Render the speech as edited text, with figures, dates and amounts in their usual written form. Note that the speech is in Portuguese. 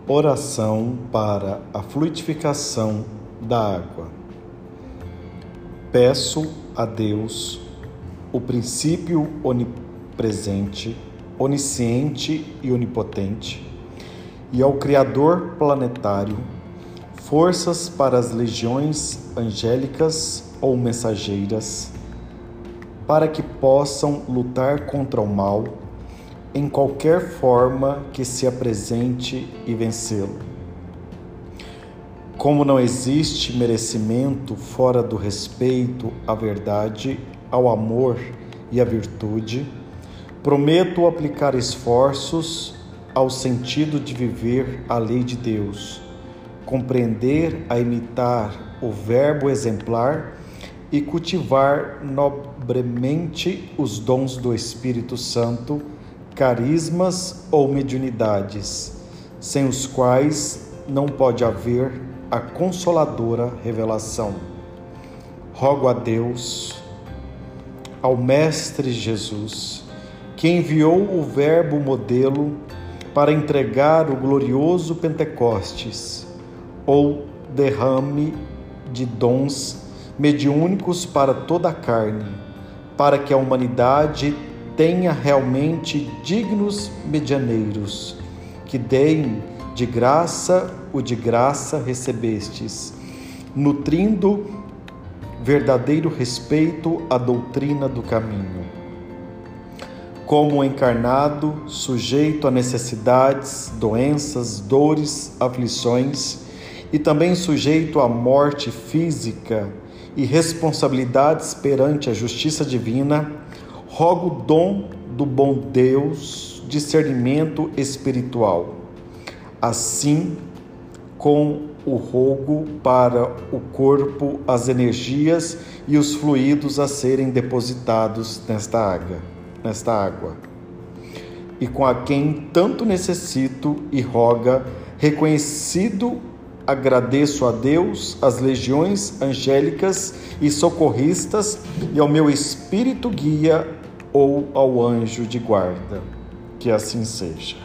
Oração para a fluidificação da água. Peço a Deus, o princípio onipresente, onisciente e onipotente, e ao Criador planetário, forças para as legiões angélicas ou mensageiras, para que possam lutar contra o mal, em qualquer forma que se apresente e vencê-lo. Como não existe merecimento fora do respeito à verdade, ao amor e à virtude, prometo aplicar esforços ao sentido de viver a lei de Deus, compreender a imitar o verbo exemplar e cultivar nobremente os dons do Espírito Santo, carismas ou mediunidades, sem os quais não pode haver a consoladora revelação. Rogo a Deus, ao Mestre Jesus, que enviou o Verbo modelo para entregar o glorioso Pentecostes, ou derrame de dons mediúnicos para toda a carne, para que a humanidade tenha realmente dignos medianeiros, que deem de graça o de graça recebestes, nutrindo verdadeiro respeito à doutrina do caminho. Como encarnado, sujeito a necessidades, doenças, dores, aflições, e também sujeito à morte física e responsabilidades perante a justiça divina, rogo o dom do bom Deus, discernimento espiritual. Assim, com o rogo para o corpo, as energias e os fluidos a serem depositados nesta água. E com a quem tanto necessito e roga, reconhecido, agradeço a Deus, às legiões angélicas e socorristas e ao meu espírito guia ou ao anjo de guarda. Que assim seja.